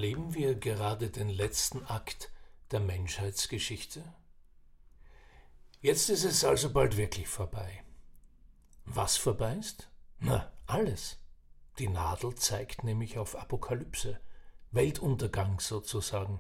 Erleben wir gerade den letzten Akt der Menschheitsgeschichte? Jetzt ist es also bald wirklich vorbei. Was vorbei ist? Na, alles. Die Nadel zeigt nämlich auf Apokalypse, Weltuntergang sozusagen.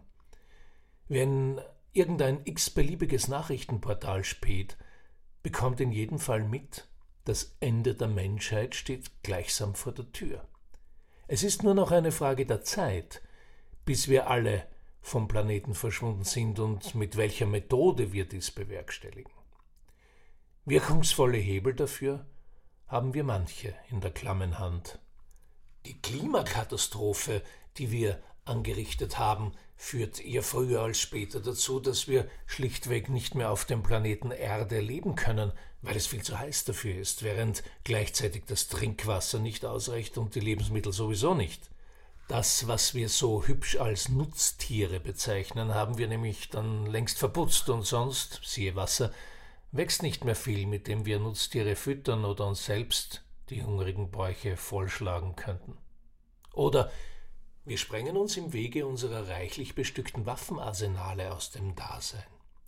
Wenn irgendein x-beliebiges Nachrichtenportal späht, bekommt in jedem Fall mit, das Ende der Menschheit steht gleichsam vor der Tür. Es ist nur noch eine Frage der Zeit, bis wir alle vom Planeten verschwunden sind und mit welcher Methode wir dies bewerkstelligen. Wirkungsvolle Hebel dafür haben wir manche in der klammen Hand. Die Klimakatastrophe, die wir angerichtet haben, führt eher früher als später dazu, dass wir schlichtweg nicht mehr auf dem Planeten Erde leben können, weil es viel zu heiß dafür ist, während gleichzeitig das Trinkwasser nicht ausreicht und die Lebensmittel sowieso nicht. Das, was wir so hübsch als Nutztiere bezeichnen, haben wir nämlich dann längst verputzt und sonst, siehe Wasser, wächst nicht mehr viel, mit dem wir Nutztiere füttern oder uns selbst die hungrigen Bäuche vollschlagen könnten. Oder wir sprengen uns im Wege unserer reichlich bestückten Waffenarsenale aus dem Dasein.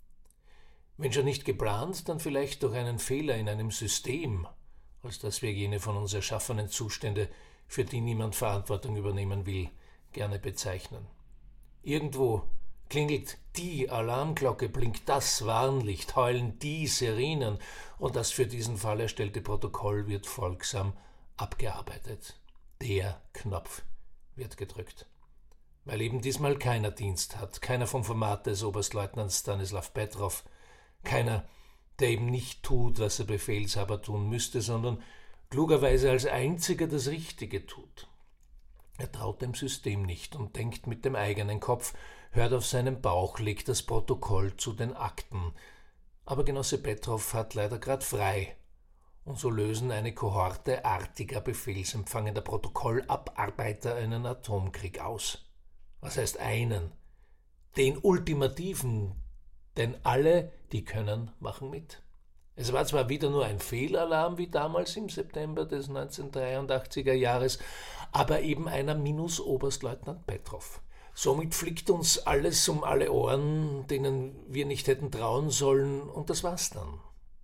Wenn schon nicht geplant, dann vielleicht durch einen Fehler in einem System, als dass wir jene von uns erschaffenen Zustände, für die niemand Verantwortung übernehmen will, gerne bezeichnen. Irgendwo klingelt die Alarmglocke, blinkt das Warnlicht, heulen die Sirenen und das für diesen Fall erstellte Protokoll wird folgsam abgearbeitet. Der Knopf wird gedrückt. Weil eben diesmal keiner Dienst hat, keiner vom Format des Oberstleutnants Stanislav Petrov, keiner, der eben nicht tut, was der Befehlshaber tun müsste, sondern klugerweise als einziger das Richtige tut. Er traut dem System nicht und denkt mit dem eigenen Kopf, hört auf seinen Bauch, legt das Protokoll zu den Akten. Aber Genosse Petrov hat leider grad frei. Und so lösen eine Kohorte artiger befehlsempfangender Protokollabarbeiter einen Atomkrieg aus. Was heißt einen? Den ultimativen, denn alle, die können, machen mit. Es war zwar wieder nur ein Fehlalarm wie damals im September des 1983er Jahres, aber eben einer minus Oberstleutnant Petrov. Somit fliegt uns alles um alle Ohren, denen wir nicht hätten trauen sollen, und das war's dann.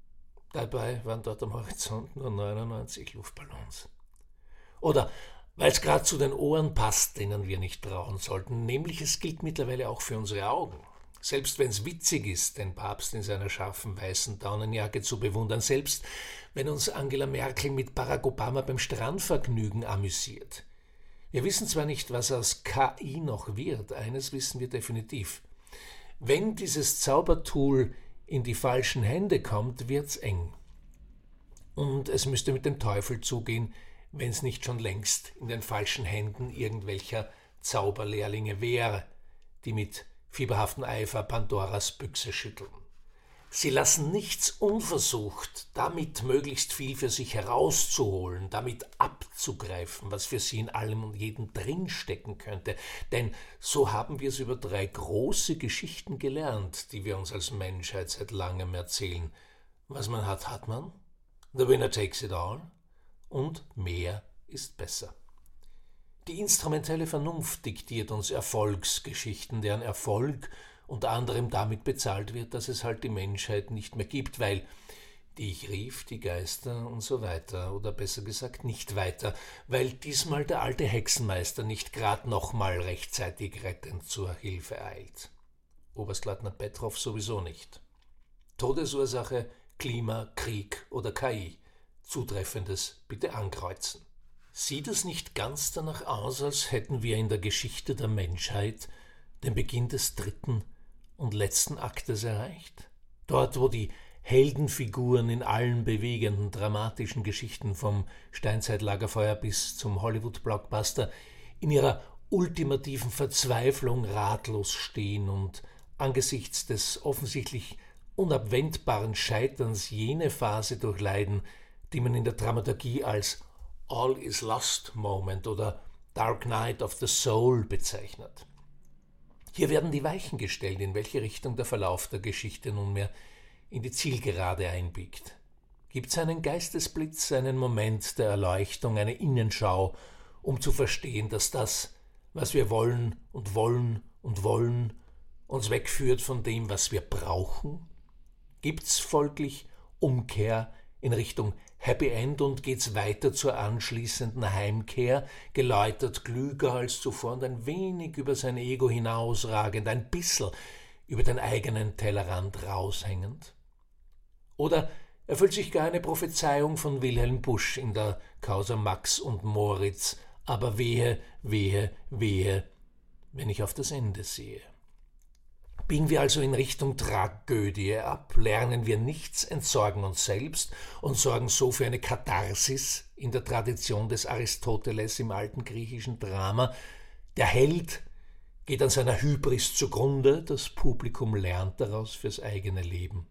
Dabei waren dort am Horizont nur 99 Luftballons. Oder weil es gerade zu den Ohren passt, denen wir nicht trauen sollten, nämlich es gilt mittlerweile auch für unsere Augen. Selbst wenn es witzig ist, den Papst in seiner scharfen weißen Daunenjacke zu bewundern, selbst wenn uns Angela Merkel mit Barack Obama beim Strandvergnügen amüsiert. Wir wissen zwar nicht, was aus KI noch wird, eines wissen wir definitiv. Wenn dieses Zaubertool in die falschen Hände kommt, wird's eng. Und es müsste mit dem Teufel zugehen, wenn es nicht schon längst in den falschen Händen irgendwelcher Zauberlehrlinge wäre, die mit fieberhaften Eifer Pandoras Büchse schütteln. Sie lassen nichts unversucht, damit möglichst viel für sich herauszuholen, damit abzugreifen, was für sie in allem und jedem drinstecken könnte. Denn so haben wir es über 3 große Geschichten gelernt, die wir uns als Menschheit seit langem erzählen. Was man hat, hat man. The winner takes it all. Und mehr ist besser. Die instrumentelle Vernunft diktiert uns Erfolgsgeschichten, deren Erfolg unter anderem damit bezahlt wird, dass es halt die Menschheit nicht mehr gibt, weil die ich rief, die Geister und so weiter, oder besser gesagt nicht weiter, weil diesmal der alte Hexenmeister nicht grad nochmal rechtzeitig rettend zur Hilfe eilt. Oberstleutnant Petrov sowieso nicht. Todesursache, Klima, Krieg oder KI. Zutreffendes bitte ankreuzen. Sieht es nicht ganz danach aus, als hätten wir in der Geschichte der Menschheit den Beginn des 3. und letzten Aktes erreicht? Dort, wo die Heldenfiguren in allen bewegenden, dramatischen Geschichten vom Steinzeit-Lagerfeuer bis zum Hollywood-Blockbuster in ihrer ultimativen Verzweiflung ratlos stehen und angesichts des offensichtlich unabwendbaren Scheiterns jene Phase durchleiden, die man in der Dramaturgie als All is Lost Moment oder Dark Night of the Soul bezeichnet. Hier werden die Weichen gestellt, in welche Richtung der Verlauf der Geschichte nunmehr in die Zielgerade einbiegt. Gibt es einen Geistesblitz, einen Moment der Erleuchtung, eine Innenschau, um zu verstehen, dass das, was wir wollen und wollen und wollen, uns wegführt von dem, was wir brauchen? Gibt's folglich Umkehr in Richtung Happy End und geht's weiter zur anschließenden Heimkehr, geläutert klüger als zuvor und ein wenig über sein Ego hinausragend, ein bissel über den eigenen Tellerrand raushängend? Oder erfüllt sich gar eine Prophezeiung von Wilhelm Busch in der Causa Max und Moritz, aber wehe, wehe, wehe, wenn ich auf das Ende sehe. Biegen wir also in Richtung Tragödie ab, lernen wir nichts, entsorgen uns selbst und sorgen so für eine Katharsis in der Tradition des Aristoteles im alten griechischen Drama. Der Held geht an seiner Hybris zugrunde, das Publikum lernt daraus fürs eigene Leben.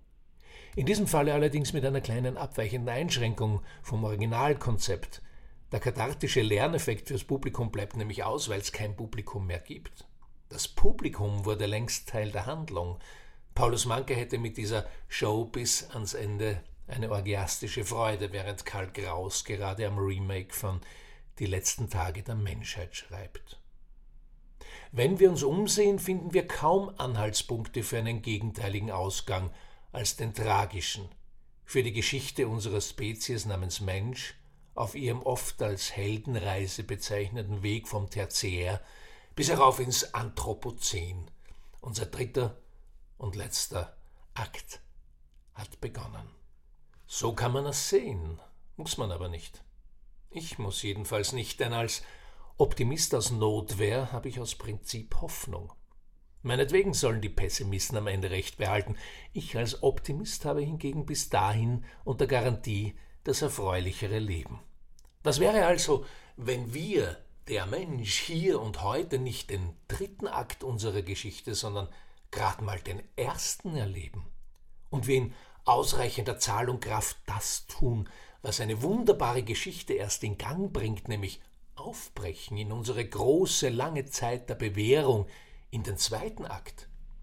In diesem Falle allerdings mit einer kleinen abweichenden Einschränkung vom Originalkonzept. Der kathartische Lerneffekt fürs Publikum bleibt nämlich aus, weil es kein Publikum mehr gibt. Das Publikum wurde längst Teil der Handlung. Paulus Manke hätte mit dieser Show bis ans Ende eine orgiastische Freude, während Karl Kraus gerade am Remake von Die letzten Tage der Menschheit schreibt. Wenn wir uns umsehen, finden wir kaum Anhaltspunkte für einen gegenteiligen Ausgang als den tragischen, für die Geschichte unserer Spezies namens Mensch auf ihrem oft als Heldenreise bezeichneten Weg vom Tertiär bis herauf ins Anthropozän. Unser dritter und letzter Akt hat begonnen. So kann man es sehen, muss man aber nicht. Ich muss jedenfalls nicht, denn als Optimist aus Notwehr habe ich aus Prinzip Hoffnung. Meinetwegen sollen die Pessimisten am Ende recht behalten. Ich als Optimist habe hingegen bis dahin unter Garantie das erfreulichere Leben. Was wäre also, wenn wir, der Mensch, hier und heute nicht den dritten Akt unserer Geschichte, sondern gerade mal den ersten erleben und wir in ausreichender Zahl und Kraft das tun, was eine wunderbare Geschichte erst in Gang bringt, nämlich aufbrechen in unsere große, lange Zeit der Bewährung, in den zweiten Akt.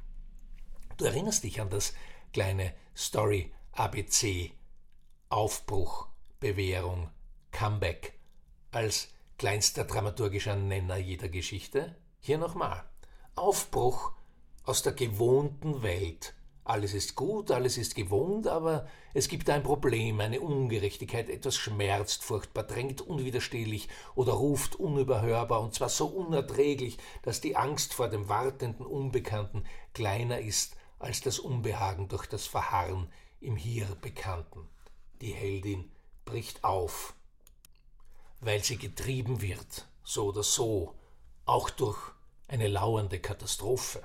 Du erinnerst dich an das kleine Story-ABC, Aufbruch, Bewährung, Comeback, als kleinster dramaturgischer Nenner jeder Geschichte? Hier nochmal. Aufbruch aus der gewohnten Welt. Alles ist gut, alles ist gewohnt, aber es gibt ein Problem, eine Ungerechtigkeit, etwas schmerzt furchtbar, drängt unwiderstehlich oder ruft unüberhörbar, und zwar so unerträglich, dass die Angst vor dem wartenden Unbekannten kleiner ist als das Unbehagen durch das Verharren im hier Bekannten. Die Heldin bricht auf, weil sie getrieben wird, so oder so, auch durch eine lauernde Katastrophe.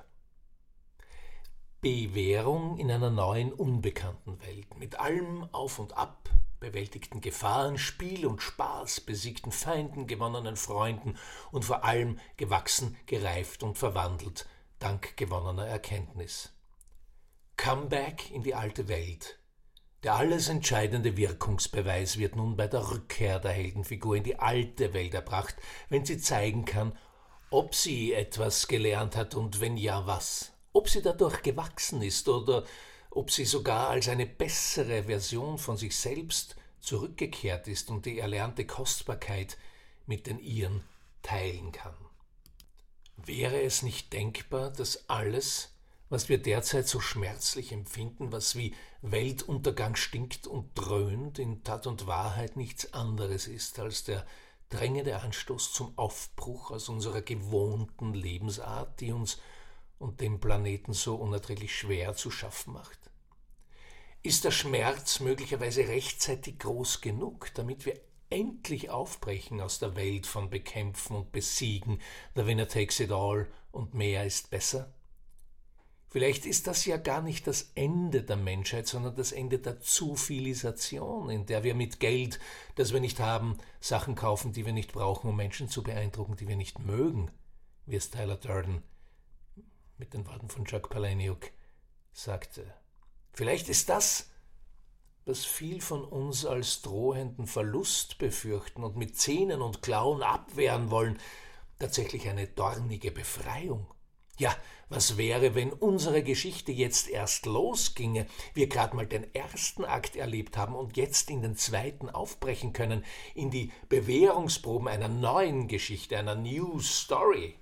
Bewährung in einer neuen, unbekannten Welt, mit allem Auf und Ab, bewältigten Gefahren, Spiel und Spaß, besiegten Feinden, gewonnenen Freunden und vor allem gewachsen, gereift und verwandelt, dank gewonnener Erkenntnis. Comeback in die alte Welt. Der alles entscheidende Wirkungsbeweis wird nun bei der Rückkehr der Heldenfigur in die alte Welt erbracht, wenn sie zeigen kann, ob sie etwas gelernt hat und wenn ja, was. Ob sie dadurch gewachsen ist oder ob sie sogar als eine bessere Version von sich selbst zurückgekehrt ist und die erlernte Kostbarkeit mit den ihren teilen kann. Wäre es nicht denkbar, dass alles, was wir derzeit so schmerzlich empfinden, was wie Weltuntergang stinkt und dröhnt, in Tat und Wahrheit nichts anderes ist als der drängende Anstoß zum Aufbruch aus unserer gewohnten Lebensart, die uns und dem Planeten so unerträglich schwer zu schaffen macht? Ist der Schmerz möglicherweise rechtzeitig groß genug, damit wir endlich aufbrechen aus der Welt von Bekämpfen und Besiegen, the winner takes it all und mehr ist besser? Vielleicht ist das ja gar nicht das Ende der Menschheit, sondern das Ende der Zuvilisation, in der wir mit Geld, das wir nicht haben, Sachen kaufen, die wir nicht brauchen, um Menschen zu beeindrucken, die wir nicht mögen, wie es Tyler Durden mit den Worten von Chuck Palahniuk sagte. Vielleicht ist das, was viel von uns als drohenden Verlust befürchten und mit Zähnen und Klauen abwehren wollen, tatsächlich eine dornige Befreiung. Ja, was wäre, wenn unsere Geschichte jetzt erst losginge, wir gerade mal den ersten Akt erlebt haben und jetzt in den zweiten aufbrechen können, in die Bewährungsproben einer neuen Geschichte, einer New Story,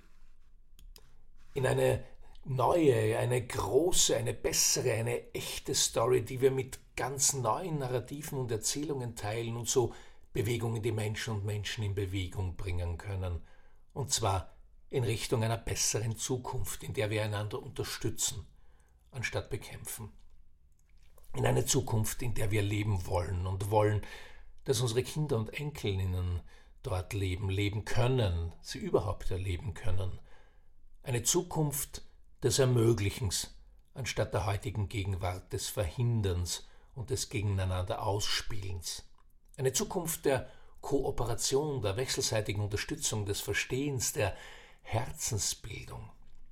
in eine neue, eine große, eine bessere, eine echte Story, die wir mit ganz neuen Narrativen und Erzählungen teilen und so Bewegung in die Menschen und Menschen in Bewegung bringen können. Und zwar in Richtung einer besseren Zukunft, in der wir einander unterstützen, anstatt bekämpfen. In eine Zukunft, in der wir leben wollen und wollen, dass unsere Kinder und Enkelinnen dort leben können, sie überhaupt erleben können. Eine Zukunft des Ermöglichens, anstatt der heutigen Gegenwart des Verhinderns und des Gegeneinander Ausspielens. Eine Zukunft der Kooperation, der wechselseitigen Unterstützung, des Verstehens, der Herzensbildung.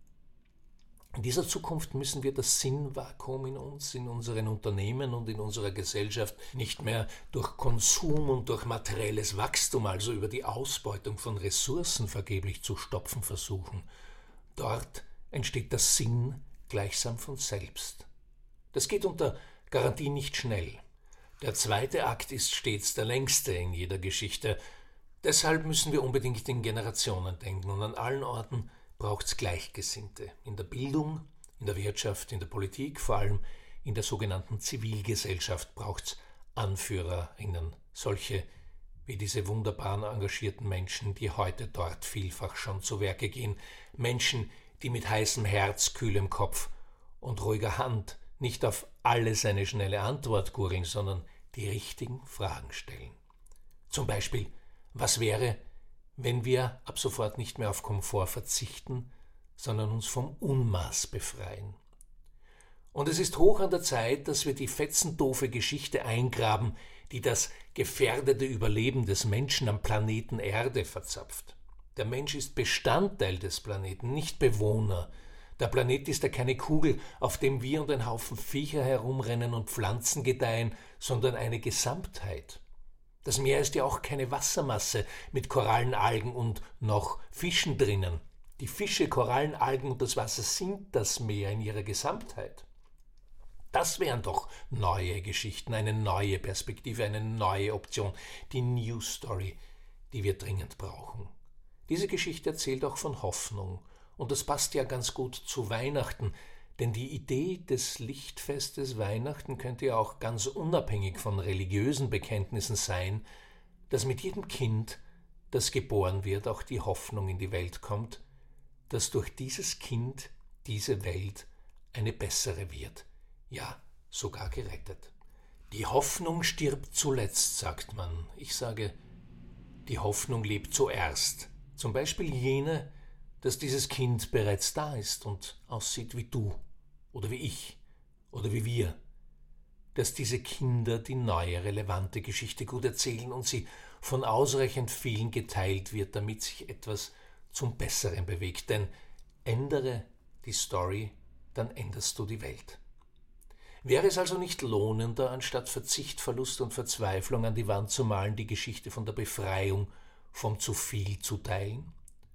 In dieser Zukunft müssen wir das Sinnvakuum in uns, in unseren Unternehmen und in unserer Gesellschaft nicht mehr durch Konsum und durch materielles Wachstum, also über die Ausbeutung von Ressourcen vergeblich zu stopfen versuchen. Dort entsteht der Sinn gleichsam von selbst. Das geht unter Garantie nicht schnell. Der zweite Akt ist stets der längste in jeder Geschichte. Deshalb müssen wir unbedingt in Generationen denken und an allen Orten braucht es Gleichgesinnte. In der Bildung, in der Wirtschaft, in der Politik, vor allem in der sogenannten Zivilgesellschaft braucht es AnführerInnen, solche wie diese wunderbaren engagierten Menschen, die heute dort vielfach schon zu Werke gehen. Menschen, die mit heißem Herz, kühlem Kopf und ruhiger Hand nicht auf alles eine schnelle Antwort gurgeln, sondern die richtigen Fragen stellen. Zum Beispiel, was wäre, wenn wir ab sofort nicht mehr auf Komfort verzichten, sondern uns vom Unmaß befreien? Und es ist hoch an der Zeit, dass wir die fetzendoofe Geschichte eingraben, die das gefährdete Überleben des Menschen am Planeten Erde verzapft. Der Mensch ist Bestandteil des Planeten, nicht Bewohner. Der Planet ist ja keine Kugel, auf dem wir und ein Haufen Viecher herumrennen und Pflanzen gedeihen, sondern eine Gesamtheit. Das Meer ist ja auch keine Wassermasse mit Korallen, Algen und noch Fischen drinnen. Die Fische, Korallen, Algen und das Wasser sind das Meer in ihrer Gesamtheit. Das wären doch neue Geschichten, eine neue Perspektive, eine neue Option, die New Story, die wir dringend brauchen. Diese Geschichte erzählt auch von Hoffnung. Und das passt ja ganz gut zu Weihnachten, denn die Idee des Lichtfestes Weihnachten könnte ja auch ganz unabhängig von religiösen Bekenntnissen sein, dass mit jedem Kind, das geboren wird, auch die Hoffnung in die Welt kommt, dass durch dieses Kind diese Welt eine bessere wird, ja sogar gerettet. Die Hoffnung stirbt zuletzt, sagt man. Ich sage, die Hoffnung lebt zuerst. Zum Beispiel jene, dass dieses Kind bereits da ist und aussieht wie du oder wie ich oder wie wir, dass diese Kinder die neue, relevante Geschichte gut erzählen und sie von ausreichend vielen geteilt wird, damit sich etwas zum Besseren bewegt. Denn ändere die Story, dann änderst du die Welt. Wäre es also nicht lohnender, anstatt Verzicht, Verlust und Verzweiflung an die Wand zu malen, die Geschichte von der Befreiung vom zu viel zu teilen?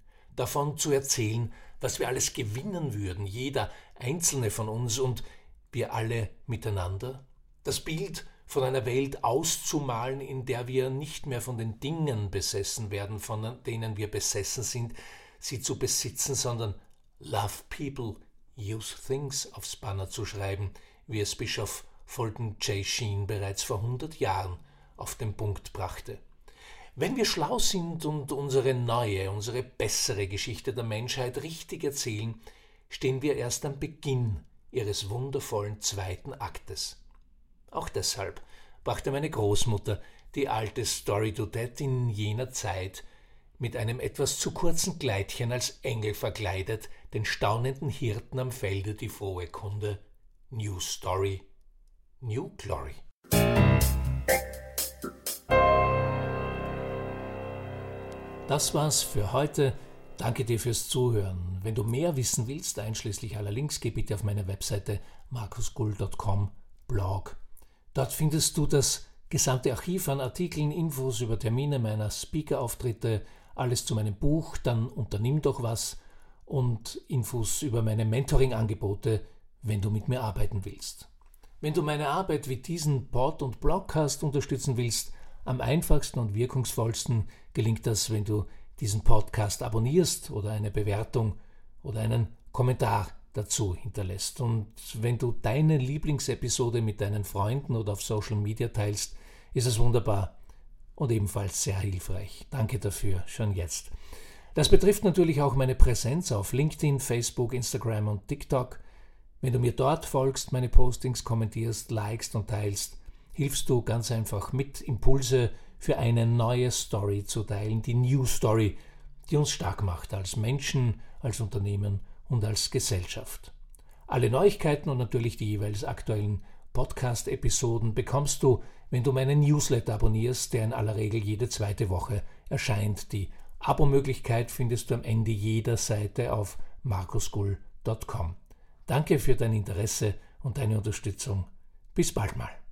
Davon zu erzählen, was wir alles gewinnen würden, jeder einzelne von uns und wir alle miteinander? Das Bild von einer Welt auszumalen, in der wir nicht mehr von den Dingen besessen werden, von denen wir besessen sind, sie zu besitzen, sondern Love People, Use Things aufs Banner zu schreiben, wie es Bischof Fulton J. Sheen bereits vor 100 Jahren auf den Punkt brachte. Wenn wir schlau sind und unsere neue, unsere bessere Geschichte der Menschheit richtig erzählen, stehen wir erst am Beginn ihres wundervollen zweiten Aktes. Auch deshalb brachte meine Großmutter die alte Story to Death in jener Zeit mit einem etwas zu kurzen Kleidchen als Engel verkleidet den staunenden Hirten am Felde die frohe Kunde: New Story, New Glory. Das war's für heute. Danke dir fürs Zuhören. Wenn du mehr wissen willst, einschließlich aller Links, geh bitte auf meine Webseite markusgull.com/blog. Dort findest du das gesamte Archiv an Artikeln, Infos über Termine meiner Speaker-Auftritte, alles zu meinem Buch, dann unternimm doch was und Infos über meine Mentoring-Angebote, wenn du mit mir arbeiten willst. Wenn du meine Arbeit wie diesen Pod- und Blogcast unterstützen willst, am einfachsten und wirkungsvollsten gelingt das, wenn du diesen Podcast abonnierst oder eine Bewertung oder einen Kommentar dazu hinterlässt. Und wenn du deine Lieblingsepisode mit deinen Freunden oder auf Social Media teilst, ist es wunderbar und ebenfalls sehr hilfreich. Danke dafür, schon jetzt. Das betrifft natürlich auch meine Präsenz auf LinkedIn, Facebook, Instagram und TikTok. Wenn du mir dort folgst, meine Postings kommentierst, likest und teilst, hilfst du ganz einfach mit, Impulse für eine neue Story zu teilen, die New Story, die uns stark macht als Menschen, als Unternehmen und als Gesellschaft. Alle Neuigkeiten und natürlich die jeweils aktuellen Podcast-Episoden bekommst du, wenn du meinen Newsletter abonnierst, der in aller Regel jede zweite Woche erscheint. Die Abo-Möglichkeit findest du am Ende jeder Seite auf markusgull.com. Danke für dein Interesse und deine Unterstützung. Bis bald mal.